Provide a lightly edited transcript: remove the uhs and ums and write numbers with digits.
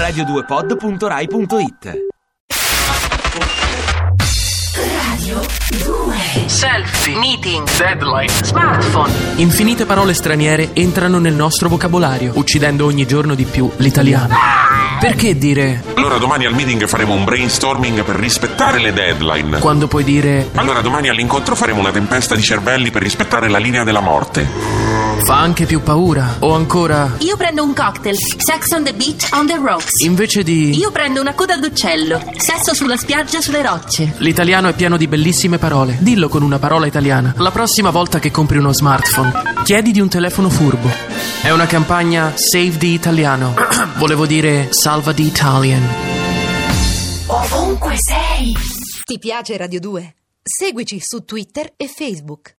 radio2pod.rai.it. Radio 2. Selfie, meeting, deadline, smartphone. Infinite parole straniere entrano nel nostro vocabolario, uccidendo ogni giorno di più l'italiano. Perché dire Allora domani al meeting faremo un brainstorming per rispettare le deadline. quando puoi dire Allora domani all'incontro faremo una tempesta di cervelli per rispettare la linea della morte. fa anche più paura? O ancora, Io prendo un cocktail, sex on the beach, on the rocks. invece di Io prendo una coda d'uccello, sesso sulla spiaggia, sulle rocce. l'italiano è pieno di bellissime parole. Dillo con una parola italiana. La prossima volta che compri uno smartphone, chiediti un telefono furbo. È una campagna Save the Italiano. Volevo dire Salva the Italian. Ovunque sei. Ti piace Radio 2? Seguici su Twitter e Facebook.